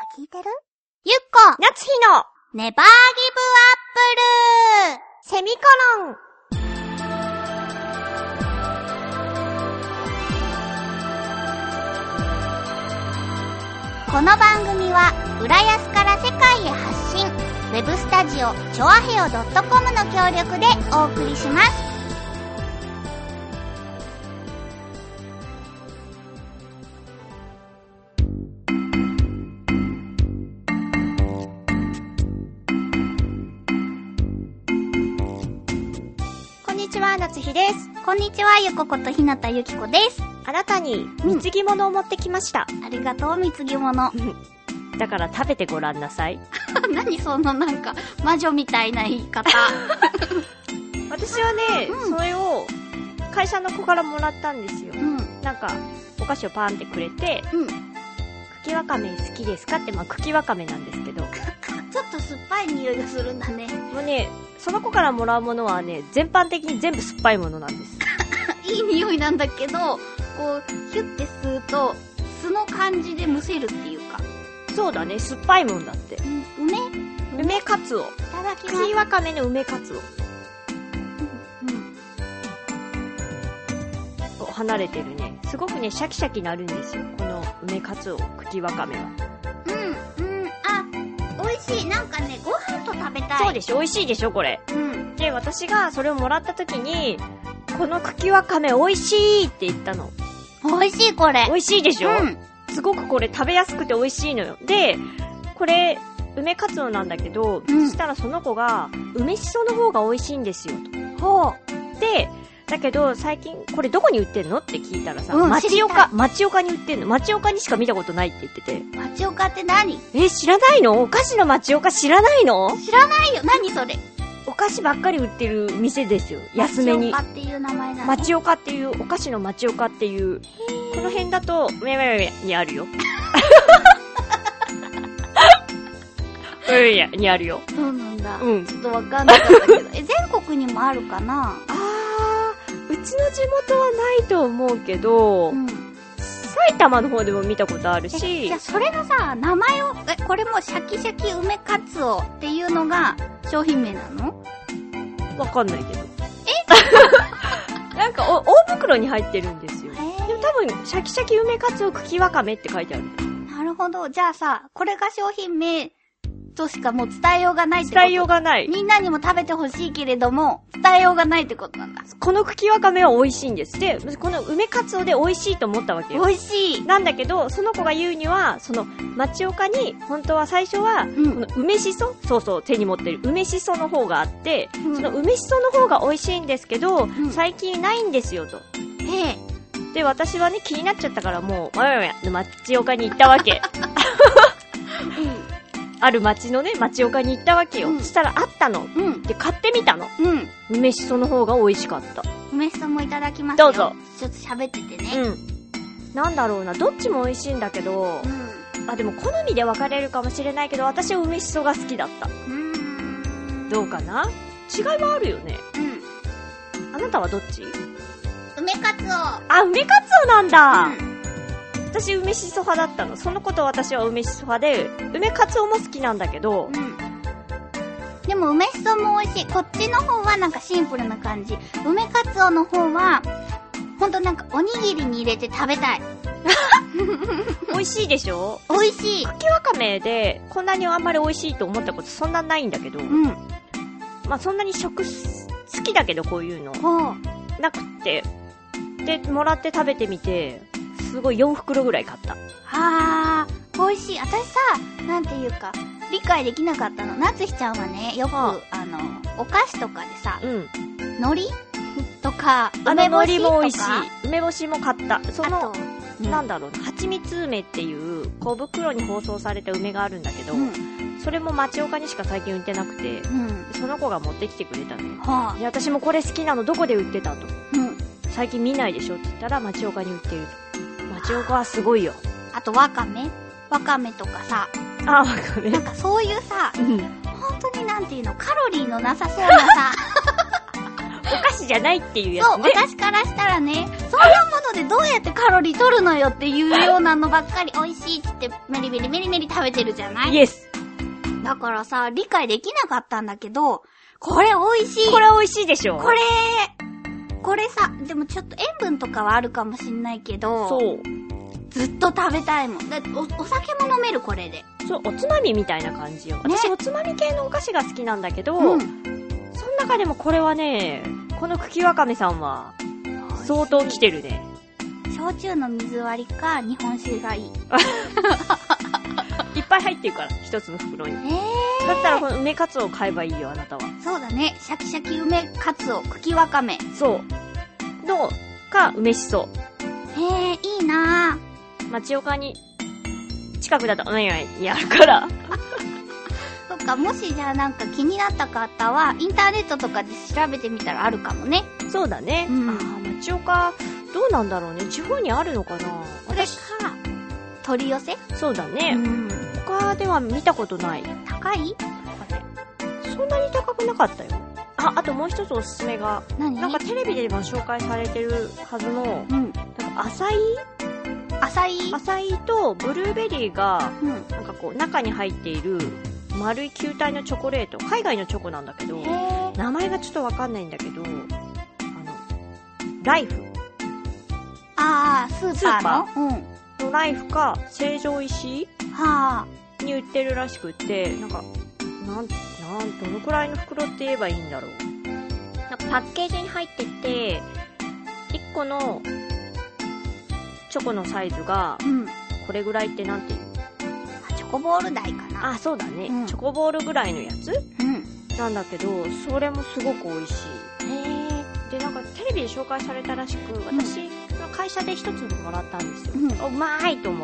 聞いてる？ゆっこ夏日のネバーギブアップルセミコロン。 この番組は浦安から世界へ発信、ウェブスタジオチョアヘオ .com の協力でお送りします。 こんにちは、夏日です。 こんにちは、ゆこことひなたゆきこです。 あなたに貢ぎ物を持ってきました。 ありがとう、貢ぎ物。 だから食べてごらんなさい。 何そのなんか魔女みたいな言い方。 私はね、それを会社の子からもらったんですよ。なんかお菓子をパーンってくれて、茎わかめ好きですかって、まあ茎わかめなんですけどちょっと酸っぱい匂いがするんだね。 もうね、その子からもらうものはね、全般的に全部酸っぱいものなんです。 いい匂いなんだけど、こうヒュッて吸うと酢の感じでむせるっていうか。 そうだね、酸っぱいもんだって。梅かつお。いただきます。 茎わかめの梅かつお。離れてるね。すごくね、シャキシャキなるんですよ。この梅かつお、茎わかめは。 あ、美味しい。なんかね、ご飯と食べたい。 そうでしょ、美味しいでしょ、これ。で、私がそれをもらった時に、この茎わかめ美味しいって言ったの。 美味しい、これ。 美味しいでしょ、すごくこれ食べやすくて美味しいのよ。で、これ、梅かつおなんだけど、そしたらその子が、梅しその方が美味しいんですよ、と。で、だけど、最近、これどこに売ってんのって聞いたらさ、町岡に売ってんの。町岡にしか見たことないって言ってて。 町岡って何？ 知らないの？お菓子の町岡知らないの？ 知らないよ。何それ？ お菓子ばっかり売ってる店ですよ。安めに。 町岡っていう名前なの？ 町岡っていう、お菓子の町岡っていう、この辺だと、にあるよ。にあるよ。 そうなんだ。ちょっとわかんなかったけど。全国にもあるかな？ うちの地元はないと思うけど、埼玉の方でも見たことあるし。 じゃあそれのさ、名前を、これもシャキシャキ梅かつおっていうのが商品名なの？ わかんないけど。なんか大袋に入ってるんですよ。でも多分、シャキシャキ梅かつお茎わかめって書いてある。 なるほど。じゃあさ、これが商品名としかもう伝えようがないってこと？ 伝えようがない。 みんなにも食べてほしいけれども、伝えようがないってことなんだ。 この茎わかめは美味しいんです。で、この梅かつおで美味しいと思ったわけよ。 美味しい。 なんだけど、その子が言うには、その、町岡に、本当は最初は、この梅しそ、そう手に持ってる梅しその方があって、その梅しその方が美味しいんですけど、最近ないんですよと。で、私はね、気になっちゃったからもう、町岡に行ったわけ。ある町のね、町岡に行ったわけよ。そしたらあったの。で、買ってみたの。梅しその方が美味しかった。 梅しそもいただきますよ。 どうぞ。 ちょっと喋っててね。 なんだろうな、どっちも美味しいんだけど、でも好みで分かれるかもしれないけど、私は梅しそが好きだった。どうかな？違いはあるよね。あなたはどっち？ 梅かつお。 あ、梅かつおなんだ。私梅しそ派だったの。その子と私は梅しそ派で、梅かつおも好きなんだけど、 でも梅しそも美味しい。こっちの方はなんかシンプルな感じ。梅かつおの方はほんとなんかおにぎりに入れて食べたい。 美味しいでしょ？ 美味しい。 茎わかめでこんなにあんまり美味しいと思ったことそんなないんだけど、まあそんなに食好きだけどこういうのなくって、でもらって食べてみて、すごい4袋ぐらい買った。美味しい。私さ、なんていうか理解できなかったの。なつひちゃんはね、よくお菓子とかでさ、海苔とか梅干しとか。 も美味しい。梅干しも買った。そのなんだろうな、蜂蜜梅っていう小袋に包装された梅があるんだけど、それも町岡にしか最近売ってなくて、その子が持ってきてくれたの。で、私もこれ好きなの、どこで売ってたと。最近見ないでしょって言ったら町岡に売ってると。町岡はすごいよ。あとわかめとかさ。 わかめ。 なんかそういうさ、本当になんていうの、カロリーのなさそうなさ、 お菓子じゃないっていうやつね。 そう、私からしたらね、そんなものでどうやうやってカロリー取るのよっていうようなのばっかり美味しいって言ってメリメリメリメリ食べてるじゃない？ イエス。 だからさ、理解できなかったんだけど、これ美味しい。 これ美味しいでしょ。 これさ、でもちょっと塩分とかはあるかもしんないけど、 そう。 ずっと食べたいもん。だってお酒も飲めるこれで。 そう、おつまみみたいな感じよ。 ね、 私おつまみ系のお菓子が好きなんだけど、 うん、 その中でもこれはね、この茎わかめさんは相当来てるね。 焼酎の水割りか日本酒がいい。 いっぱい入ってるから、一つの袋に。だったらこの梅かつおを買えばいいよ、あなたは。 そうだね。シャキシャキ梅かつお、茎わかめ。 そう。の、か、梅しそ。 いいなぁ。 町岡に、近くだと、やるから。 そっか、もしじゃあなんか気になった方は、インターネットとかで調べてみたらあるかもね。 そうだね。町岡、どうなんだろうね。地方にあるのかな。 それか、取り寄せ？ そうだね。他では見たことない。 高い？ そんなに高くなかったよ。あともう一つおすすめが、なんかテレビでも紹介されてるはずの、なんか浅いとブルーベリーが、なんかこう中に入っている丸い球体のチョコレート、海外のチョコなんだけど、名前がちょっとわかんないんだけど、ライフ。 スーパーのライフか、成城石井に売ってるらしくって、なんか、どのくらいの袋って言えばいいんだろう。なんかパッケージに入ってて、1個のチョコのサイズが、これぐらいってなんていう？ チョコボール大かな。 そうだね、チョコボールぐらいのやつ、なんだけど、それもすごく美味しい。で、なんかテレビで紹介されたらしく、私、会社で一つもらったんですよ。うまいと思って、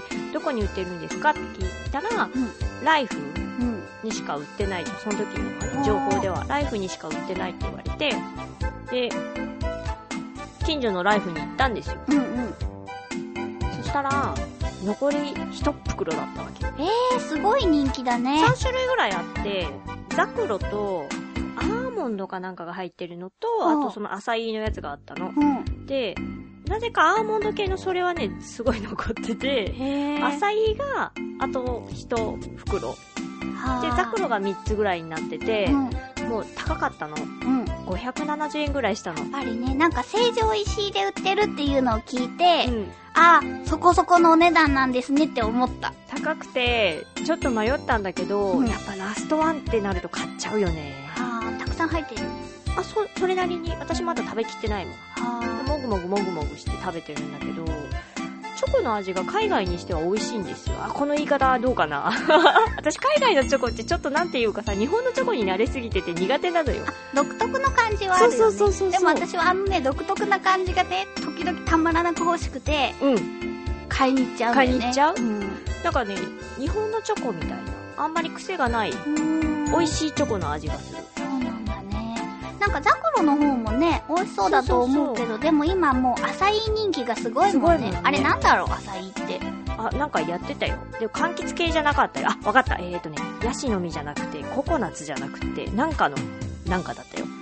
どこに売ってるんですかって聞いたら、ライフにしか売ってないと、その時の情報では、ライフにしか売ってないって言われて、で、近所のライフに行ったんですよ。そしたら、残り1袋だったわけ。 すごい人気だね。 3種類ぐらいあって、ザクロと、アーモンドかなんかが入ってるのと、あとそのアサイーのやつがあったの。で、なぜかアーモンド系のそれはね、すごい残ってて、アサイーがあと1袋。で、ザクロが3つぐらいになってて、もう高かったの。570円ぐらいしたの。 やっぱりね、なんか成城石井で売ってるっていうのを聞いて、そこそこのお値段なんですねって思った。 高くて、ちょっと迷ったんだけど、やっぱラストワンってなると買っちゃうよね。 たくさん入ってる。 それなりに、私まだ食べきってないもん。もぐもぐもぐもぐして食べてるんだけど、チョコの味が海外にしては美味しいんですよ。この言い方どうかな私海外のチョコってちょっとなんていうかさ、日本のチョコに慣れすぎてて苦手なのよ。 独特の感じはあるよね。 そうでも私は独特な感じがね、時々たまらなく欲しくて、買いに行っちゃうんだよね。 買いに行っちゃう？だからね、日本のチョコみたいな、あんまり癖がない、美味しいチョコの味がする。 そうなんだね。なんかザクロの方もね、美味しそうだと思うけど、でも今もうアサイー人気がすごいもんね。あれなんだろう、アサイーって。 なんかやってたよ。でも柑橘系じゃなかったよ。わかった。ヤシの実じゃなくて、ココナッツじゃなくて、なんかだったよ。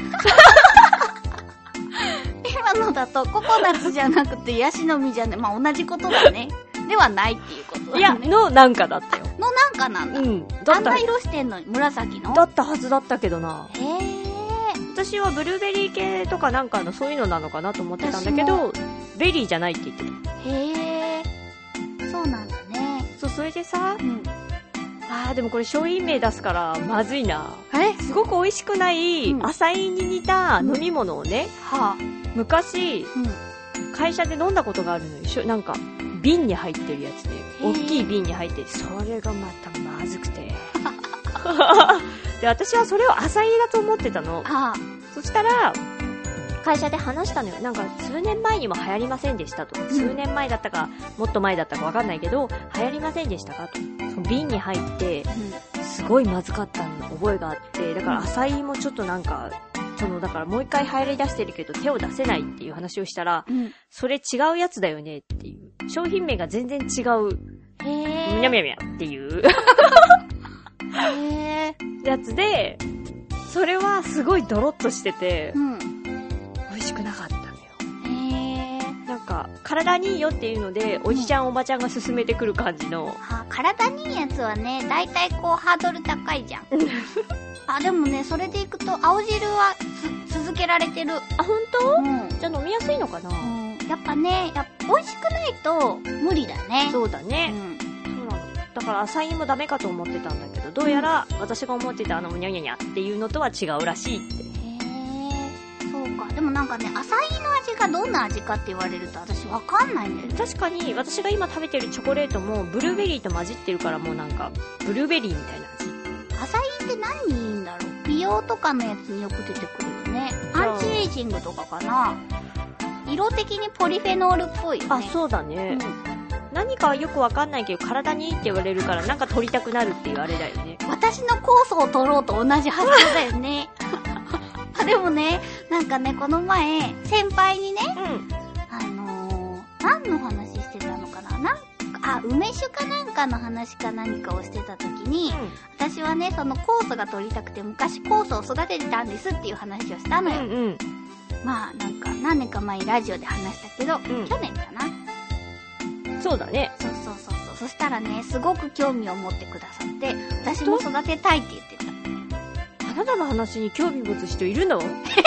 今のだとココナッツじゃなくてヤシの実じゃね、同じことだね。ではないっていうことだね。 いや、なんかだったよ。 なんかなんだ。あんな色してんのに、紫の？ だったはずだったけどな。私はブルーベリー系とかなんかのそういうのなのかなと思ってたんだけど、ベリーじゃないって言ってた。そうなんだね。 それでさ、でもこれ商品名出すからまずいな。すごく美味しくないアサイーに似た飲み物をね、昔、会社で飲んだことがあるのよ。なんか瓶に入ってるやつで、大きい瓶に入ってる。それがまたまずくて。で、私はそれをアサイーだと思ってたの。そしたら、会社で話したのよ。なんか、数年前にも流行りませんでしたと。数年前だったか、もっと前だったかわかんないけど、流行りませんでしたかと。その瓶に入って、すごいまずかったの覚えがあって、だからアサイーもちょっとなんか、だからもう一回流行り出してるけど手を出せないっていう話をしたら、それ違うやつだよねっていう。商品名が全然違う。むにゃむにゃむにゃっていう。やつで、それはすごいドロッとしてて、美味しくなかったのよ。なんか、 体にいいよっていうので、おじちゃんおばちゃんが勧めてくる感じの。 体にいいやつはね、だいたいこうハードル高いじゃん。でもね、それでいくと青汁は続けられてる。 ほんと？じゃあ飲みやすいのかな？ やっぱね、美味しくないと無理だね。 そうだね。そうなの。だからアサイーもダメかと思ってたんだけど、どうやら私が思ってたニャニャニャっていうのとは違うらしいって。 そうか。でもなんかね、アサイーの味がどんな味かって言われると私わかんないんだよね。 確かに私が今食べてるチョコレートもブルーベリーと混じってるから、もうなんかブルーベリーみたいな味。 アサイーって何にいいんだろう。美容とかのやつによく出てくるよね。アンチエイジングとかかな。色的にポリフェノールっぽいよね。 そうだね。何かはよくわかんないけど、体にいいって言われるからなんか取りたくなるっていうあれだよね。 私の酵素を取ろうと同じ発想だよね。でもね、なんかね、この前、先輩にね、何の話してたのかな、梅酒かなんかの話か何かをしてた時に、私はね、その酵素が取りたくて昔酵素を育ててたんですっていう話をしたのよ。まあなんか何年か前にラジオで話したけど、去年かな。 そうだね。 そう。そしたらね、すごく興味を持ってくださって、私も育てたいって言ってた。 あなたの話に興味持つ人いるの？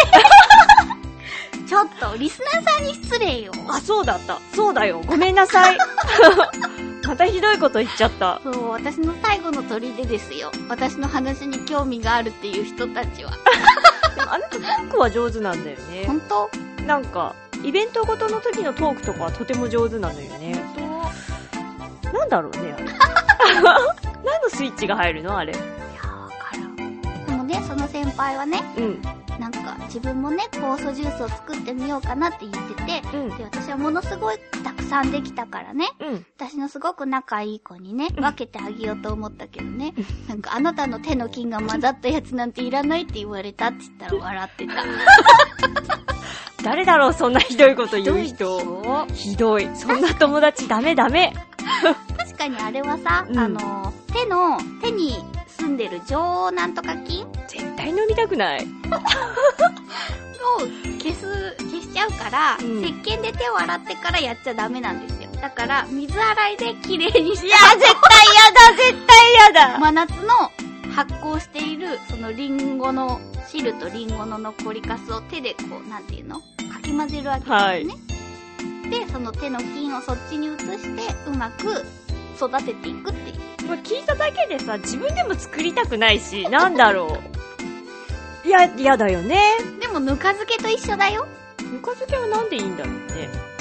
ちょっと、リスナーさんに失礼よ。 そうだった。そうだよ。ごめんなさい。またひどいこと言っちゃった。 そう、私の最後の砦ですよ。私の話に興味があるっていう人たちは。 でもあなたトークは上手なんだよね。 ほんと？ なんか、イベントごとの時のトークとかはとても上手なのよね。 ほんと？ なんだろうね、あれ。何のスイッチが入るのあれ。いや、 わからん。でもね、その先輩はね、なんか自分もね、酵素ジュースを作ってみようかなって言ってて、で、私はものすごいたくさんできたからね、私のすごく仲いい子にね、分けてあげようと思ったけどね、なんかあなたの手の菌が混ざったやつなんていらないって言われたって言ったら笑ってた。 誰だろう、そんなひどいこと言う人。ひどい。そんな友達ダメ。 確かにあれはさ、手に住んでる上なんとか菌絶対飲みたくない。 を消しちゃうから、石鹸で手を洗ってからやっちゃダメなんですよ。だから、水洗いで綺麗にしちゃう。 いや、絶対やだ。 真夏の発酵している、そのリンゴの汁とリンゴの残りカスを手でこう、なんていうの？かき混ぜるわけですね。で、その手の菌をそっちに移して、うまく育てていくっていう。 これ聞いただけでさ、自分でも作りたくないし、なんだろう。いや、嫌だよね。 でも、ぬか漬けと一緒だよ。 ぬか漬けはなんでいいんだろうね。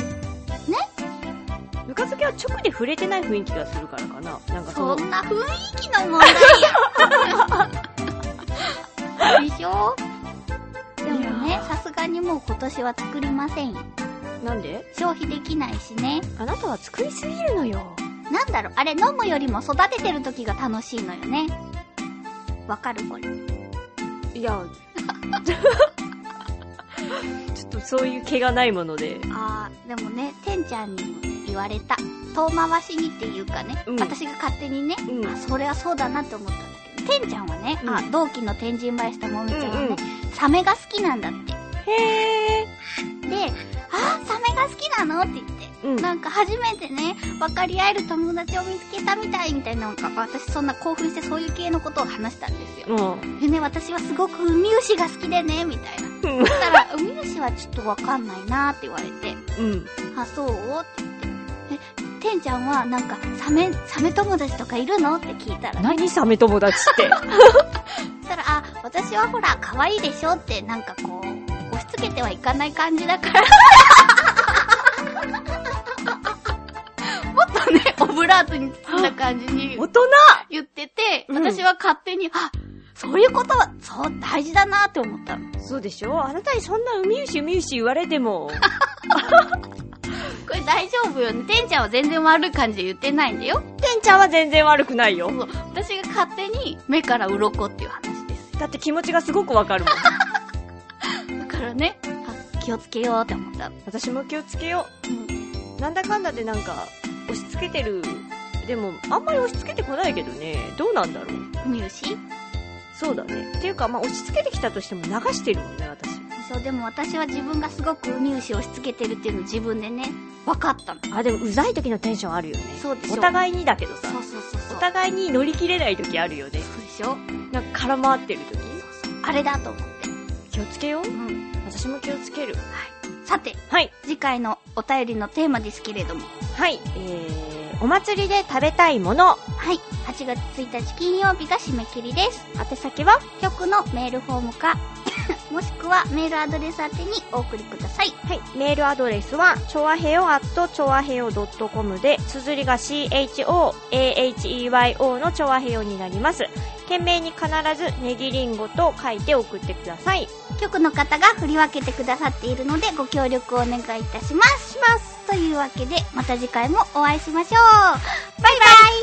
ぬか漬けは直で触れてない雰囲気がするからかな。なんかそんな雰囲気の問題や。でしょ？でもね、さすがにもう今年は作りませんよ。 なんで？ 消費できないしね。 あなたは作りすぎるのよ。 なんだろう、あれ飲むよりも育ててる時が楽しいのよね。わかるこれ。 いや、ちょっとそういう気がないもので。 でもね、てんちゃんにも言われた。遠回しにっていうかね、私が勝手にね、それはそうだなって思ったんだけど、てんちゃんはね、同期の天神林ともみちゃんはね、サメが好きなんだって。 へー。で、サメが好きなのって言って、なんか初めてね、分かり合える友達を見つけたみたいみたいな、なんか私そんな興奮してそういう系のことを話したんですよ。でね、私はすごくウミウシが好きでね、みたいな。そしたら、ウミウシはちょっとわかんないなーって言われて、そうって言って、てんちゃんはなんかサメ友達とかいるのって聞いたら、 何サメ友達って。 そしたら、私はほら、可愛いでしょって、なんかこう、押し付けてはいかない感じだから。もっとね、オブラートに包んだ感じに大人言ってて、私は勝手に、そういうことは、そう、大事だなって思ったの。 そうでしょ？あなたにそんなウミウシ言われても。 これ大丈夫よね。てんちゃんは全然悪い感じで言ってないんだよ。 てんちゃんは全然悪くないよ。 そう。私が勝手に目から鱗っていう話です。 だって気持ちがすごくわかるもん。だからね、気をつけようって思った。 私も気をつけよう。なんだかんだでなんか、押し付けてる。でも、あんまり押し付けてこないけどね。どうなんだろう。 ウミウシ？ そうだね。っていうか、押し付けてきたとしても流してるもんね、私。 そう、でも私は自分がすごくウミウシを押し付けてるっていうのを自分でね、 分かったの。 あ、でもうざい時のテンションあるよね。 そうでしょ。 お互いにだけどさ。 そうそうそうそう。 お互いに乗り切れない時あるよね。 そうでしょ。 なんか空回ってる時。 あれだと思って。 気をつけよう。うん。私も気をつける。はい。 さて。 はい。 次回のお便りのテーマですけれども。 はい。お祭りで食べたいもの。はい。8月1日金曜日が締め切りです。 宛先は局のメールフォームか、もしくはメールアドレス宛てにお送りください。 はい。メールアドレスは、ちょわへよ@choaheyo.com で、綴りが CHOAHEYO のちょわへよになります。懸命に必ずネギリンゴと書いて送ってください。 局の方が振り分けてくださっているので、ご協力をお願いいたします。というわけで、また次回もお会いしましょう。バイバイ。